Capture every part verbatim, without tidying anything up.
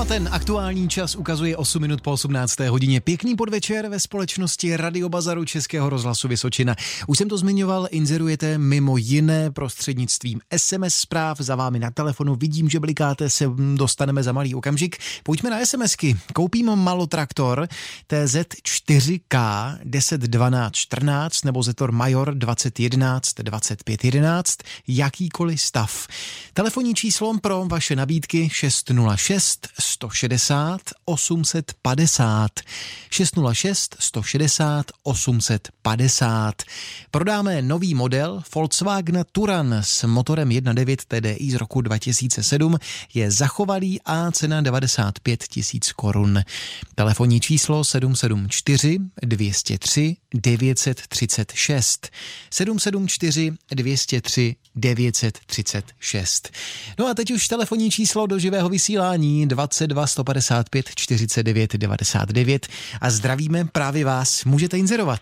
a ten aktuální čas ukazuje osm minut po osmnácté hodině. Pěkný podvečer ve společnosti Radiobazaru Českého rozhlasu Vysočina. Už jsem to zmiňoval, inzerujete mimo jiné prostřednictvím es em es zpráv, za vámi na telefonu. Vidím, že blikáte, se dostaneme za malý okamžik. Pojďme na SMSky. Koupím malotraktor T Z čtyři K deset dvanáct čtrnáct nebo Zetor Major dvacet jedenáct dvacet pět jedenáct, jakýkoliv stav. Telefonní číslo pro vaše nabídky šest nula šest sto šedesát osm set padesát. šest nula šest sto šedesát osm set padesát. Prodáme nový model Volkswagen Touran s motorem jedna devět T D I z roku dva tisíce sedm. Je zachovalý a cena devadesát pět tisíc korun. Telefonní číslo sedm sedm čtyři dvě nula tři devět tři šest. sedm sedm čtyři dvě nula tři devět tři šest. No a teď už telefonní číslo do živého vysílání dvacet dva sto padesát pět čtyřicet devět devadesát devět a zdravíme právě vás. Můžete inzerovat.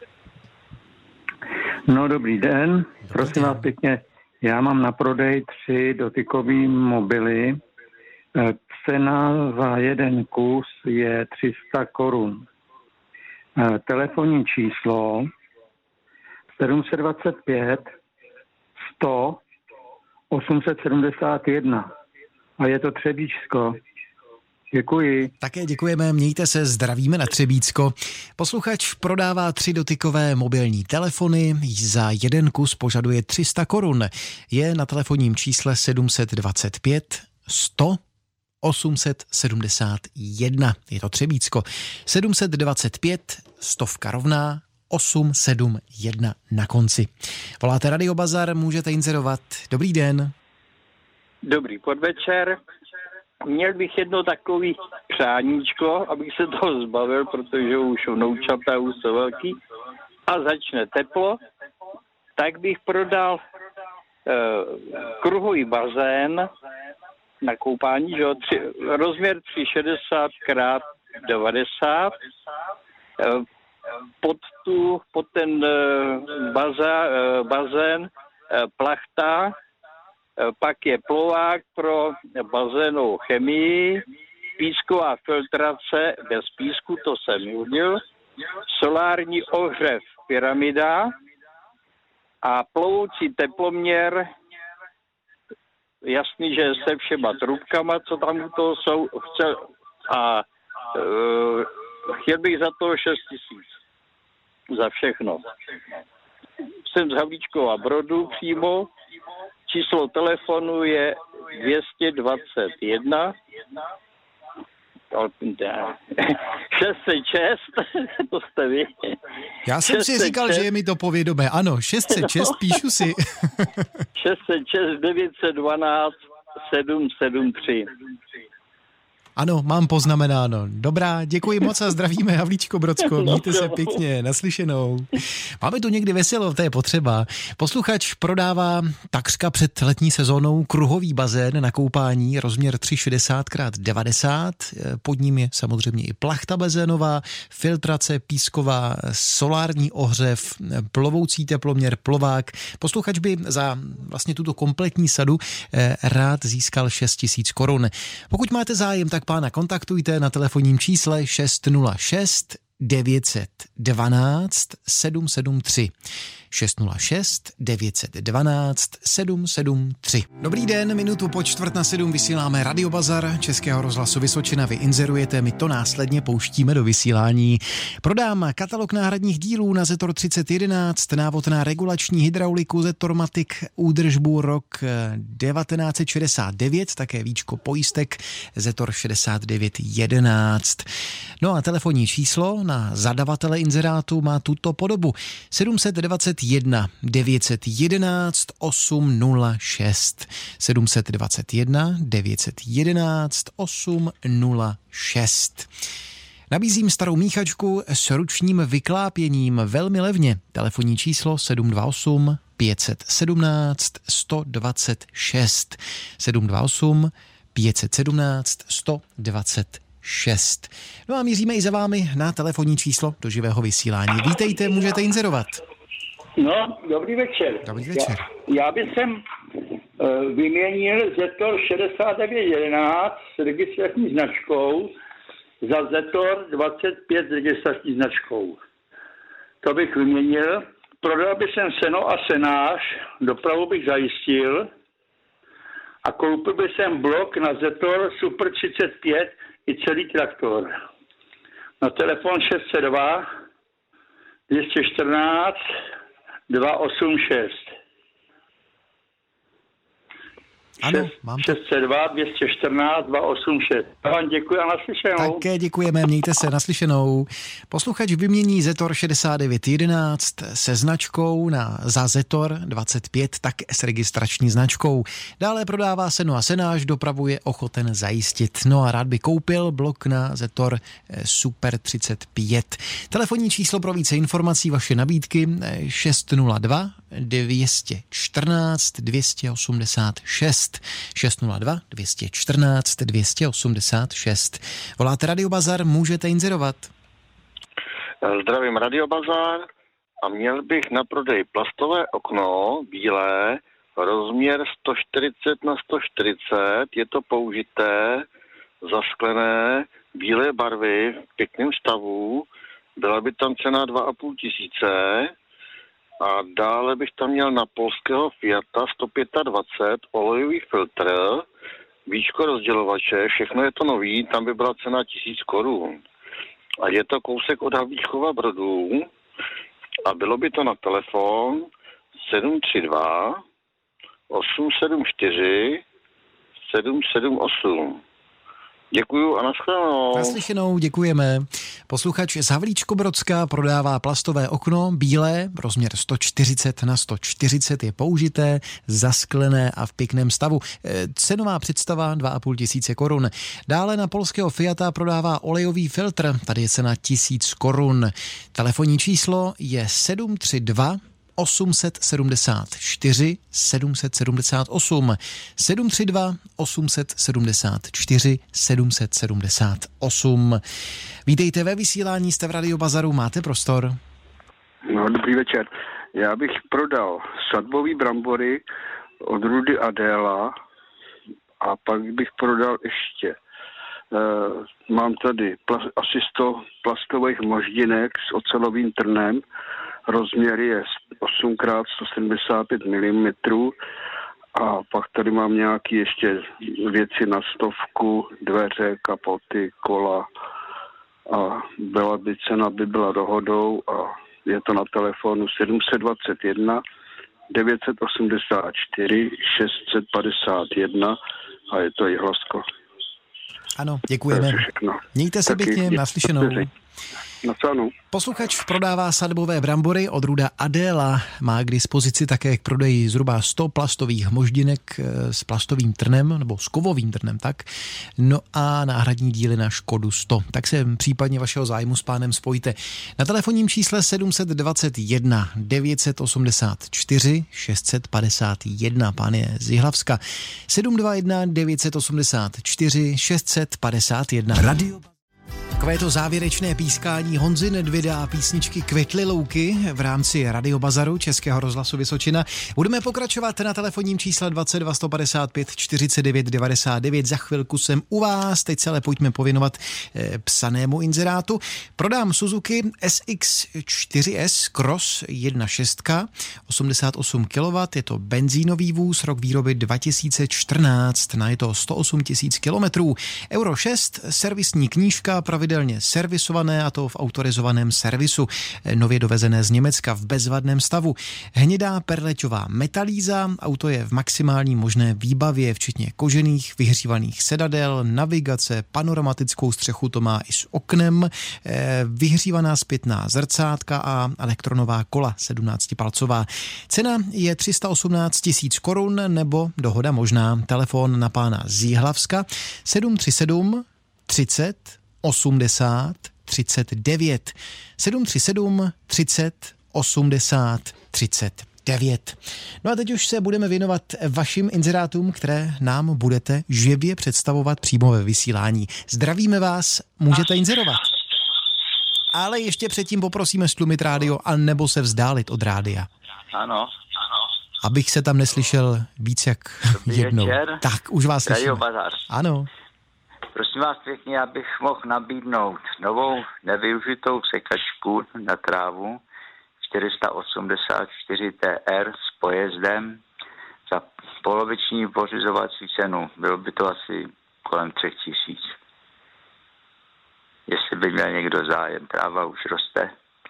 No dobrý den, Dobrý prosím den. vás pěkně, já mám na prodej tři dotykový mobily. Cena za jeden kus je tři sta korun. Telefonní číslo sedm dva pět sto osm set sedmdesát jedna a je to Třebíčsko. Děkuji. Také děkujeme, mějte se, zdravíme na Třebíčsko. Posluchač prodává tři dotykové mobilní telefony, za jeden kus požaduje tři sta korun. Je na telefonním čísle sedm dva pět sto osm set sedmdesát jedna. Je to Třebíčsko. sedm dva pět stovka rovná osm sedm jedna na konci. Voláte Radiobazar, můžete inzerovat. Dobrý den. Dobrý podvečer. Měl bych jedno takový přáníčko, abych se toho zbavil, protože už vnoučata už jsou velký a začne teplo, tak bych prodal uh, kruhový bazén na koupání, že jo, tři, rozměr tři sta šedesát krát devadesát, uh, pod, tu, pod ten uh, baza, uh, bazén uh, plachta, pak je plovák pro bazénovou chemii, písková filtrace bez písku, to jsem udělal, solární ohřev pyramida a plovoucí teploměr, jasný, že se všema trubkama, co tam u toho jsou, chce, a uh, chtěl bych za to šest tisíc. Za všechno. Jsem z Havlíčkova Brodu přímo. Číslo telefonu je dvě stě dvacet jedna šest set šest, to jste vy. Já jsem si říkal, že je mi to povědomé. Ano, šest set šest, píšu si. šest set šest devět jedna dva sedm sedm tři. Ano, mám poznamenáno. Dobrá, děkuji moc a zdravíme Havlíčko Brodsko. Mějte se pěkně, naslyšenou. Máme tu někdy veselo, to je potřeba. Posluchač prodává takřka před letní sezónou kruhový bazén na koupání, rozměr tři sta šedesát krát devadesát. Pod ním je samozřejmě i plachta bazénová, filtrace písková, solární ohřev, plovoucí teploměr, plovák. Posluchač by za vlastně tuto kompletní sadu rád získal šest tisíc korun. Pokud máte zájem, tak pána kontaktujte na telefonním čísle šest nula šest devět jedna dva sedm sedm tři. šest nula šest devět jedna dva sedm sedm tři. Dobrý den, minutu po čtvrt na sedm vysíláme Radiobazar Českého rozhlasu Vysočina. Vy inzerujete, my to následně pouštíme do vysílání. Prodám katalog náhradních dílů na Zetor třicet jedenáct, návod na regulační hydrauliku Zetormatic, údržbu rok devatenáct set šedesát devět, také víčko pojistek Zetor šedesát devět jedenáct. No a telefonní číslo na zadavatele inzerátu má tuto podobu sedm dva jedna devět jedna jedna osm nula šest. sedm dva jedna devět jedna jedna osm nula šest. Nabízím starou míchačku s ručním vyklápěním velmi levně. Telefonní číslo sedm dva osm pět jedna sedm jedna dva šest. sedm dva osm pět jedna sedm jedna dva šest. No a míříme i za vámi na telefonní číslo do živého vysílání. Vítejte, můžete inzerovat. No, dobrý večer. Dobrý večer. Já, já bych sem vyměnil Zetor šedesát devět jedenáct s registrační značkou za Zetor dvacet pět s registrační značkou. To bych vyměnil. Prodal bych sem seno a senář, dopravu bych zajistil a koupil bych sem blok na Zetor Super třicet pět i celý traktor. Na telefon šest set dva, dvě stě čtrnáct, dvě osm šest. Ano, mám to. šest set dva, dvě stě čtrnáct, dvě osm šest. Já vám děkuji a naslyšenou. Také děkujeme, mějte se, naslyšenou. Posluchač vymění Zetor šedesát devět jedenáct se značkou na za Zetor dvacet pět, tak s registrační značkou. Dále prodává seno a senář, dopravu je ochoten zajistit. No a rád by koupil blok na Zetor Super třicet pět. Telefonní číslo pro více informací, vaše nabídky šest nula dva, dvě stě čtrnáct, dvě stě osmdesát šest. šest nula dva, dvě stě čtrnáct, dvě stě osmdesát šest. Voláte Radio Bazar, můžete inzerovat. Zdravím Radio Bazar a měl bych na prodej plastové okno, bílé, rozměr sto čtyřicet na sto čtyřicet, je to použité, zasklené, bílé barvy v pěkném stavu, byla by tam cena dva a půl tisíce. A dále bych tam měl na polského Fiata sto dvacet pět olejový filtr, víčko rozdělovače, všechno je to nový, tam by byla cena tisíc korun. A je to kousek od Havlíčkova Brodů a bylo by to na telefon sedm tři dva, osm sedm čtyři, sedm sedm osm. Děkuju a nashledanou. Naslyšenou, děkujeme. Posluchač z Havlíčkobrodská prodává plastové okno, bílé, rozměr sto čtyřicet na sto čtyřicet, je použité, zasklené a v pěkném stavu. Cenová představa dva a půl tisíce korun. Dále na polského Fiata prodává olejový filtr, tady je cena tisíc korun. Telefonní číslo je sedm tři dva, osm sedm čtyři, sedm sedm osm, sedm tři dva, osm sedm čtyři, sedm sedm osm. Vítejte ve vysílání, jste v Radio Bazaru, máte prostor. No, dobrý večer. Já bych prodal sadbový brambory od Rudy Adéla a pak bych prodal ještě. Uh, mám tady plas, asi sto plastových moždinek s ocelovým trnem. Rozměr je osm krát sto sedmdesát pět milimetrů a pak tady mám nějaké ještě věci na stovku, dveře, kapoty, kola a byla by cena, by byla dohodou a je to na telefonu sedm dvacet jedna, devět osmdesát čtyři, šest padesát jedna a je to Jihlasko. Ano, děkujeme. Mějte se pěkně, naslyšenou. Posluchač prodává sadbové brambory od Ruda Adéla. Má k dispozici také k prodeji zhruba sto plastových moždinek s plastovým trnem, nebo s kovovým trnem, tak. No a náhradní díly na Škodu sto. Tak se případně vašeho zájmu s pánem spojíte. Na telefonním čísle sedm dvacet jedna, devět osmdesát čtyři, šest padesát jedna. Pán je z Jihlavska. sedm dva jedna, devět osmdesát čtyři, šest padesát jedna. Radio Takové to závěrečné pískání Honzy Nedvěda a písničky Kvetly louky v rámci Radio Bazaru Českého rozhlasu Vysočina. Budeme pokračovat na telefonním čísle dvacet dva sto padesát pět čtyřicet devět devadesát devět. Za chvilku jsem u vás, teď se ale pojďme pověnovat e, psanému inzerátu. Prodám Suzuki S X čtyři S Cross jedna šest, osmdesát osm kilowattů, je to benzínový vůz, rok výroby dva tisíce čtrnáct, na je to sto osm tisíc kilometrů, euro šest, servisní knížka, pravidelně servisované, a to v autorizovaném servisu, nově dovezené z Německa v bezvadném stavu. Hnědá perleťová metalíza, auto je v maximální možné výbavě, včetně kožených vyhřívaných sedadel, navigace, panoramatickou střechu to má i s oknem, vyhřívaná zpětná zrcátka a elektronová kola sedmnáctipalcová. Cena je tři sta osmnáct tisíc korun nebo dohoda možná. Telefon na pána z Jihlavska sedm tři sedm třicet osmdesát třicet devět. sedm tři sedm třicet osmdesát třicet devět. No a teď už se budeme věnovat vašim inzerátům, které nám budete živě představovat přímo ve vysílání. Zdravíme vás, můžete inzerovat. Ale ještě předtím poprosíme stlumit rádio a nebo se vzdálit od rádia. Ano, ano. Abych se tam neslyšel víc jak Dobrý jednou. Večer. Tak, už vás slyším. Radio Bazar. Ano. Prosím vás pěkně, abych mohl nabídnout novou nevyužitou sekačku na trávu čtyři sta osmdesát čtyři T R s pojezdem za poloviční pořizovací cenu. Bylo by to asi kolem třech tisíc. Jestli by měl někdo zájem, tráva už roste.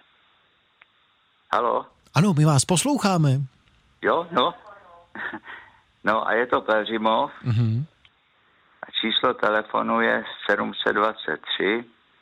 Haló? Ano, my vás posloucháme. Jo, no. No a je to Pelřimov. Mhm. A číslo telefonu je sedm dva tři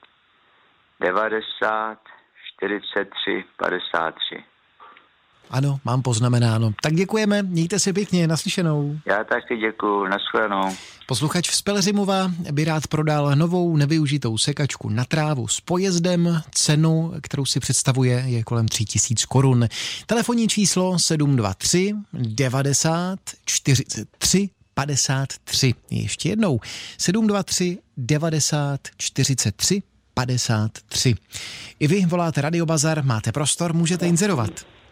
devadesát čtyřicet tři padesát tři. Ano, mám poznamenáno. Tak děkujeme, mějte se pěkně, naslyšenou. Já taky děkuju, nashledanou. Posluchač z Pelřimova by rád prodal novou nevyužitou sekačku na trávu s pojezdem. Cenu, kterou si představuje, je kolem tři tisíce korun. Telefonní číslo sedm dva tři devadesát čtyřicet tři padesát tři. Ještě jednou sedm dva tři devadesát čtyřicet tři padesát tři. I vy voláte Radio Bazar, máte prostor, můžete inzerovat.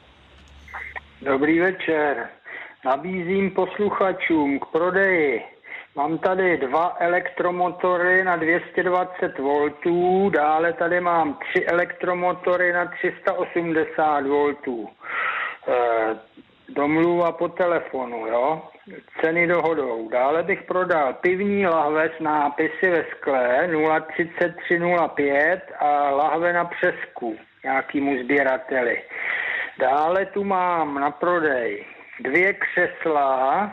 Dobrý večer. Nabízím posluchačům k prodeji. Mám tady dva elektromotory na dvě stě dvacet voltů, dále tady mám tři elektromotory na tři sta osmdesát voltů. E, domluva po telefonu, jo? Ceny dohodou. Dále bych prodal pivní lahve s nápisy ve skle nula třicet tři nula pět a lahve na přesku nějakému sběrateli. Dále tu mám na prodej dvě křesla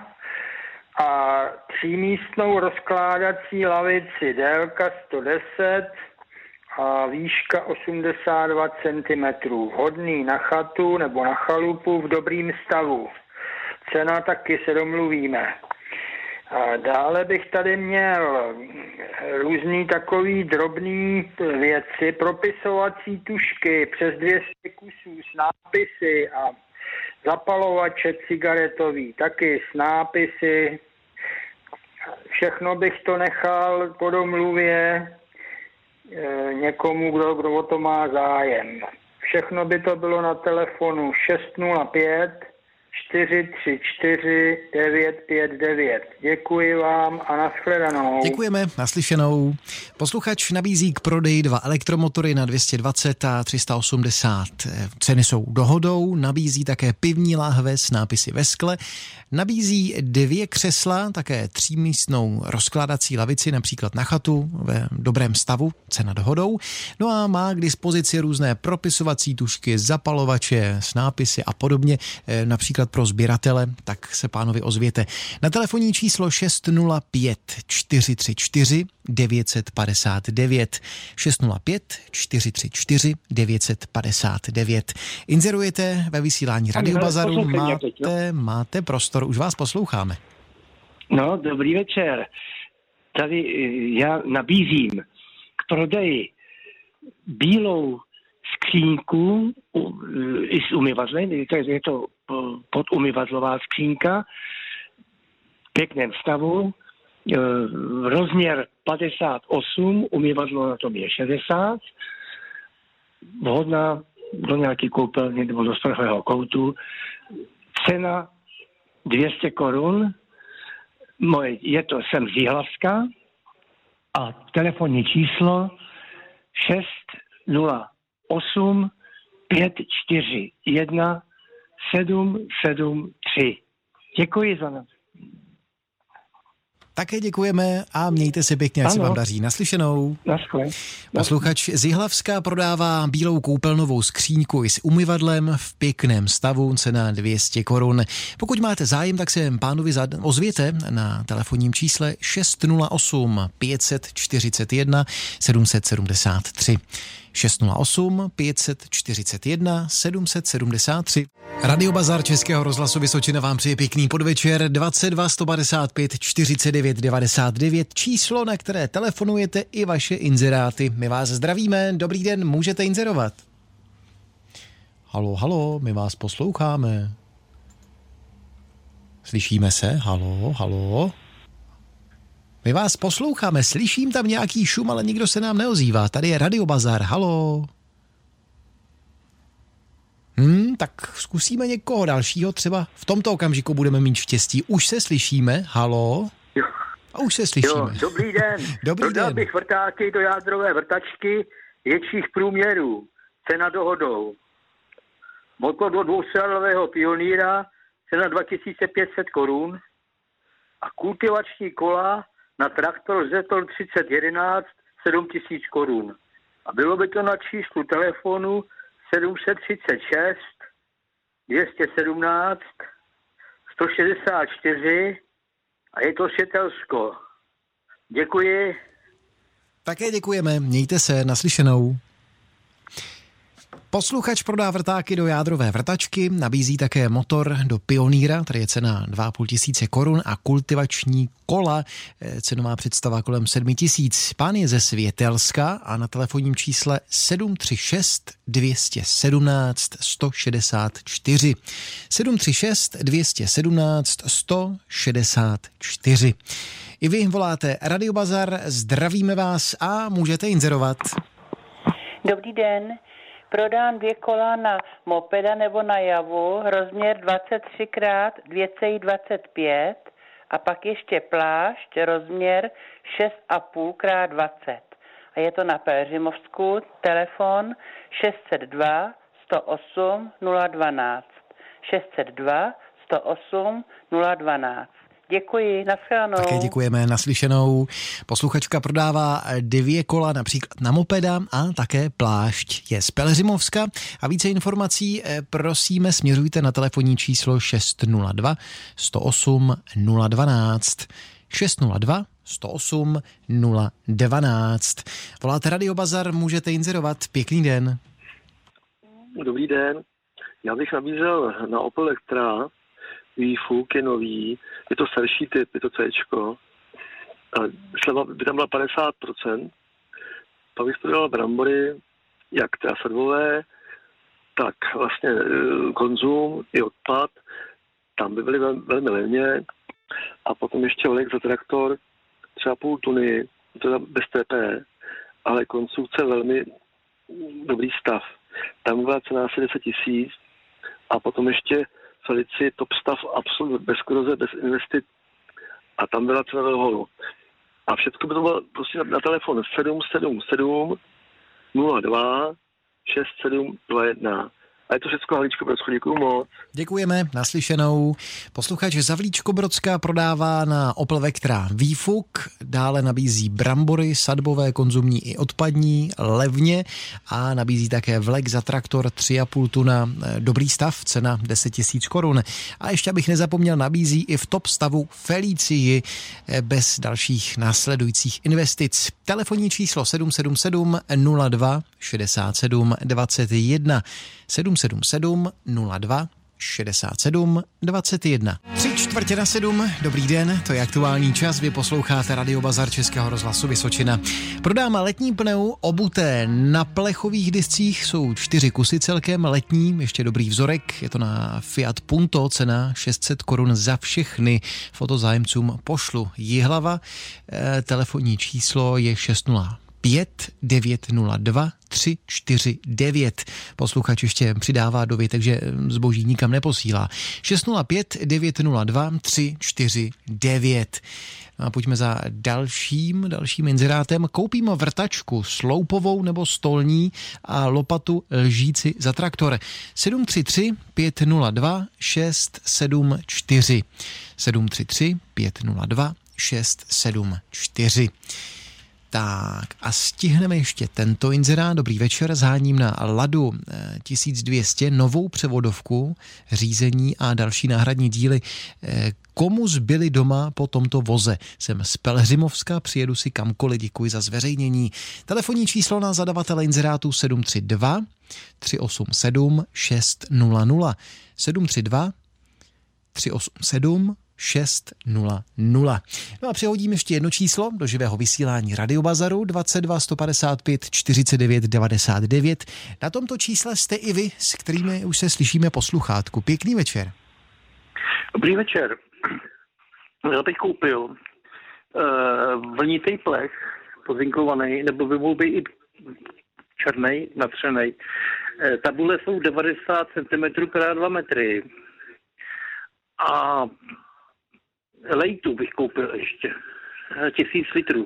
a třímístnou rozkládací lavici, délka sto deset a výška osmdesát dva centimetrů. Vhodný na chatu nebo na chalupu v dobrým stavu. Cena taky se domluvíme. A dále bych tady měl různý takový drobný věci, propisovací tušky přes dvě stě kusů s nápisy a zapalovače cigaretový, taky s nápisy. Všechno bych to nechal po domluvě e, někomu, kdo, kdo o to má zájem. Všechno by to bylo na telefonu šest nula pět čtyři tři čtyři devět pět devět. Děkuji vám a nashledanou. Děkujeme, naslyšenou. Posluchač nabízí k prodeji dva elektromotory na dvě stě dvacet a tři sta osmdesát. Ceny jsou dohodou, nabízí také pivní láhve s nápisy ve skle, nabízí dvě křesla, také třímístnou rozkládací lavici, například na chatu ve dobrém stavu, cena dohodou. No a má k dispozici různé propisovací tušky, zapalovače s nápisy a podobně, například pro sběratele, tak se pánovi ozvěte. Na telefonní číslo šest nula pět čtyři tři čtyři devět pět devět šest nula pět čtyři tři čtyři devět pět devět. Inzerujete ve vysílání Radio Bazaru, máte, máte prostor, už vás posloucháme. No, dobrý večer. Tady já nabízím k prodeji bílou skřínku i s umyvadlem, je to podumyvadlová skřínka, v pěkném stavu, rozměr padesát osm, umyvadlo na tom je šedesát, vhodná do nějaké koupelny nebo do sprchové koutu, cena dvě stě korun, moje, je to, jsem z Jihlavska a telefonní číslo šest nula osm pět čtyři jedna sedm sedm tři. Děkuji za nás. Také děkujeme a mějte se pěkně, ať se vám daří. Naslyšenou. Naschle. Posluchač z Jihlavska prodává bílou koupelnovou skříňku i s umyvadlem v pěkném stavu, cena dvě stě korun. Pokud máte zájem, tak se pánovi ozvěte na telefonním čísle šest nula osm pět čtyřicet jedna sedm set sedmdesát tři. šest nula osm pět čtyřicet jedna sedm set sedmdesát tři. Radio Bazar Českého rozhlasu Vysočina vám přeje pěkný podvečer. Dvacet dva sto padesát pět čtyřicet devět devadesát devět, číslo, na které telefonujete i vaše inzeráty. My vás zdravíme, dobrý den, můžete inzerovat. Halo, halo, my vás posloucháme. Slyšíme se? Halo, halo. My vás posloucháme, slyším tam nějaký šum, ale nikdo se nám neozývá. Tady je Radio Bazar, halo. Hmm, tak zkusíme někoho dalšího, třeba v tomto okamžiku budeme mít štěstí. Už se slyšíme, halo? Jo. A už se slyšíme. Jo, dobrý den. Dobrý Prodal den. bych vrtáky do jádrové vrtačky větších průměrů. Cena dohodou. Motor do dvousilového Pionýra, cena dva tisíce pět set korun. A kultivační kola na traktor Zetor třicet jedenáct, sedm tisíc korun. A bylo by to na číslu telefonu sedm set třicet šest, dvě stě sedmnáct, sto šedesát čtyři a je to Šetelsko. Děkuji. Také děkujeme, mějte se, naslyšenou. Posluchač prodá vrtáky do jádrové vrtačky, nabízí také motor do Pionýra, tady je cena dva a půl tisíce korun a kultivační kola, cenová představa kolem sedm tisíc. Pán je ze Světelska a na telefonním čísle sedm tři šest, dvě stě sedmnáct, sto šedesát čtyři. sedm tři šest, dvě stě sedmnáct, sto šedesát čtyři. I vy voláte Radio Bazar, zdravíme vás a můžete inzerovat. Dobrý den. Prodám dvě kola na mopeda nebo na javu, rozměr dvacet tři krát dvě celá dvacet pět a pak ještě plášť, rozměr šest a půl krát dvacet. A je to na Pelhřimovsku, telefon šest set dva, sto osm, nula dvanáct. šest set dva, sto osm, nula dvanáct. Děkuji, nashledanou. Také děkujeme, naslyšenou. Posluchačka prodává dvě kola například na mopeda a také plášť. Je z Pelhřimovska a více informací prosíme směřujte na telefonní číslo šest nula dva, sto osm, nula dvanáct. šest nula dva, sto osm, nula dvanáct. Voláte Radio Bazar, můžete inzerovat. Pěkný den. Dobrý den. Já bych nabízel na Opel Vectra. Výfuk je nový, je to starší typ, je to Cčko. Sleva by tam byla padesát procent. Pak bych prodal brambory, jak teda sadbové, tak vlastně konzum i odpad. Tam by byly velmi, velmi levně. A potom ještě olej za traktor, třeba půl tuny, teda bez T P, ale konstrukce velmi dobrý stav. Tam byla cena asi deset tisíc. A potom ještě Felici, top stav, absolut, bez koroze, bez investit. A tam byla cena do holu. A všechno by to bylo prostě na, na telefon sedm sedm sedm, nula dva, šest sedm dva jedna. A je to všechno Havlíčko Brodsko, děkuju moc. Děkujeme, naslyšenou. Posluchač z Havlíčko Brodská prodává na Opel Vectra výfuk, dále nabízí brambory, sadbové, konzumní i odpadní, levně a nabízí také vlek za traktor tři a půl tuna, dobrý stav, cena deset tisíc korun. A ještě abych nezapomněl, nabízí i v top stavu Felicii bez dalších následujících investic. Telefonní číslo sedm sedm sedm, nula dva, šedesát sedm, dvacet jedna. sedm sedm sedm, nula dva, šedesát sedm, dvacet jedna. Tři čtvrtě na sedm, dobrý den, to je aktuální čas, vy posloucháte Radio Bazar Českého rozhlasu Vysočina. Prodám letní pneu obuté na plechových discích, jsou čtyři kusy celkem, letní, ještě dobrý vzorek, je to na Fiat Punto, cena šest set korun za všechny, fotozájemcům pošlu Jihlava, e, telefonní číslo je šest nula pět devět nula dva tři čtyři devět. Posluchač ještě přidává do věty, takže zboží nikam neposílá. šest nula pět devět nula dva tři čtyři devět. A pojďme za dalším, dalším inzerátem. Koupím vrtačku sloupovou nebo stolní a lopatu lžíci za traktor. sedm tři tři pět nula dva šest sedm čtyři. sedm tři tři pět nula dva šest sedm čtyři. Tak a stihneme ještě tento inzerát. Dobrý večer, zháním na Ladu tisíc dvě stě novou převodovku, řízení a další náhradní díly. Komu zbyli doma po tomto voze? Jsem z Pelhřimovska, přijedu si kamkoliv, děkuji za zveřejnění. Telefonní číslo na zadavatele inzerátu sedm tři dva tři osm sedm šest nula nula. sedm tři dva tři osm sedm šest nula nula. No a přehodím ještě jedno číslo do živého vysílání Radio Bazaru dvacet dva sto padesát pět čtyřicet devět devadesát devět. Na tomto čísle jste i vy, s kterými už se slyšíme po sluchátku. Pěkný večer. Dobrý večer. Já bych koupil uh, vlnitý plech, pozinkovaný, nebo by mohl být i černý, natřený, Tabule jsou devadesát centimetrů krát dva metry. A lejtu bych koupil ještě. Tisíc litrů.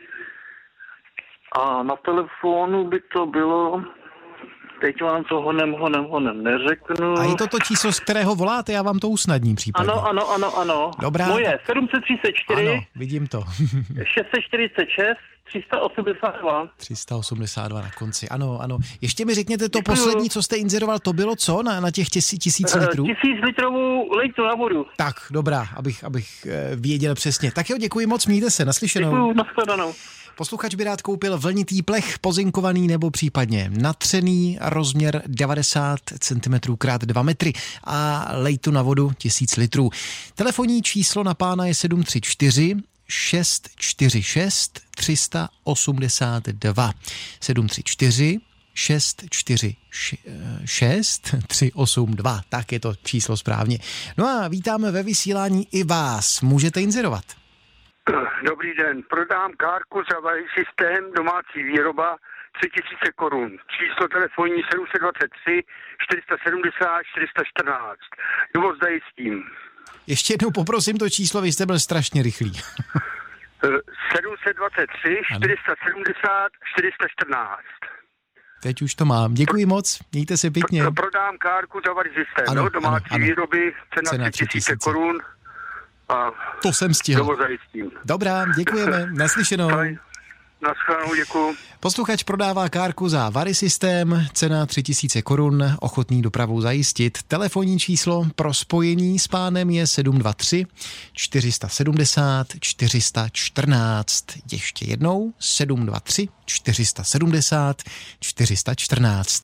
A na telefonu by to bylo... Teď vám to honem, honem, honem neřeknu. A je to to číslo, z kterého voláte, já vám to usnadním případně. Ano, ano, ano, ano. Dobrá. Moje sedm set třicet čtyři. Ano, vidím to. šest set čtyřicet šest, tři sta osmdesát dva. tři sta osmdesát dva na konci, ano, ano. Ještě mi řekněte to Děkuju. poslední, co jste inzeroval, to bylo co na, na těch tisí, tisíc litrů? Tisíc litrovou lejtu na vodu. Tak, dobrá, abych, abych věděl přesně. Tak jo, děkuji moc, mějte se, naslyšenou. Děkuju, nashledanou. Posluchač by rád koupil vlnitý plech, pozinkovaný nebo případně natřený, rozměr devadesát centimetrů krát dva metry a lejtu na vodu tisíc litrů. Telefonní číslo na pána je sedm tři čtyři šest čtyři šest tři osm dva. sedm tři čtyři šest čtyři šest tři osm dva. Tak je to číslo správně. No a vítáme ve vysílání i vás. Můžete inzerovat. Dobrý den, prodám kárku za vají systém, domácí výroba, tři tisíce korun. Číslo telefonní sedm set dvacet tři čtyři sta sedmdesát čtyři sta čtrnáct. Dovoz zajistím. Ještě jednou poprosím to číslo, vy jste byl strašně rychlý. sedm set dvacet tři čtyři sta sedmdesát čtyři sta čtrnáct. Teď už to mám. Děkuji moc, mějte se pěkně. Pro, prodám kárku za vají systém, ano, no, domácí ano, ano. výroby, cena, cena tři tisíce korun. A to jsem stihl. Zajistím. Dobrá, děkujeme. Naslyšenou. Naschledanou, děkuju. Posluchač prodává kárku za Vary systém, cena tři tisíce korun, ochotný dopravou zajistit. Telefonní číslo pro spojení s pánem je sedm dva tři čtyři sedmdesát čtyři sta čtrnáct. Ještě jednou sedm dva tři čtyři sedmdesát čtyři sta čtrnáct.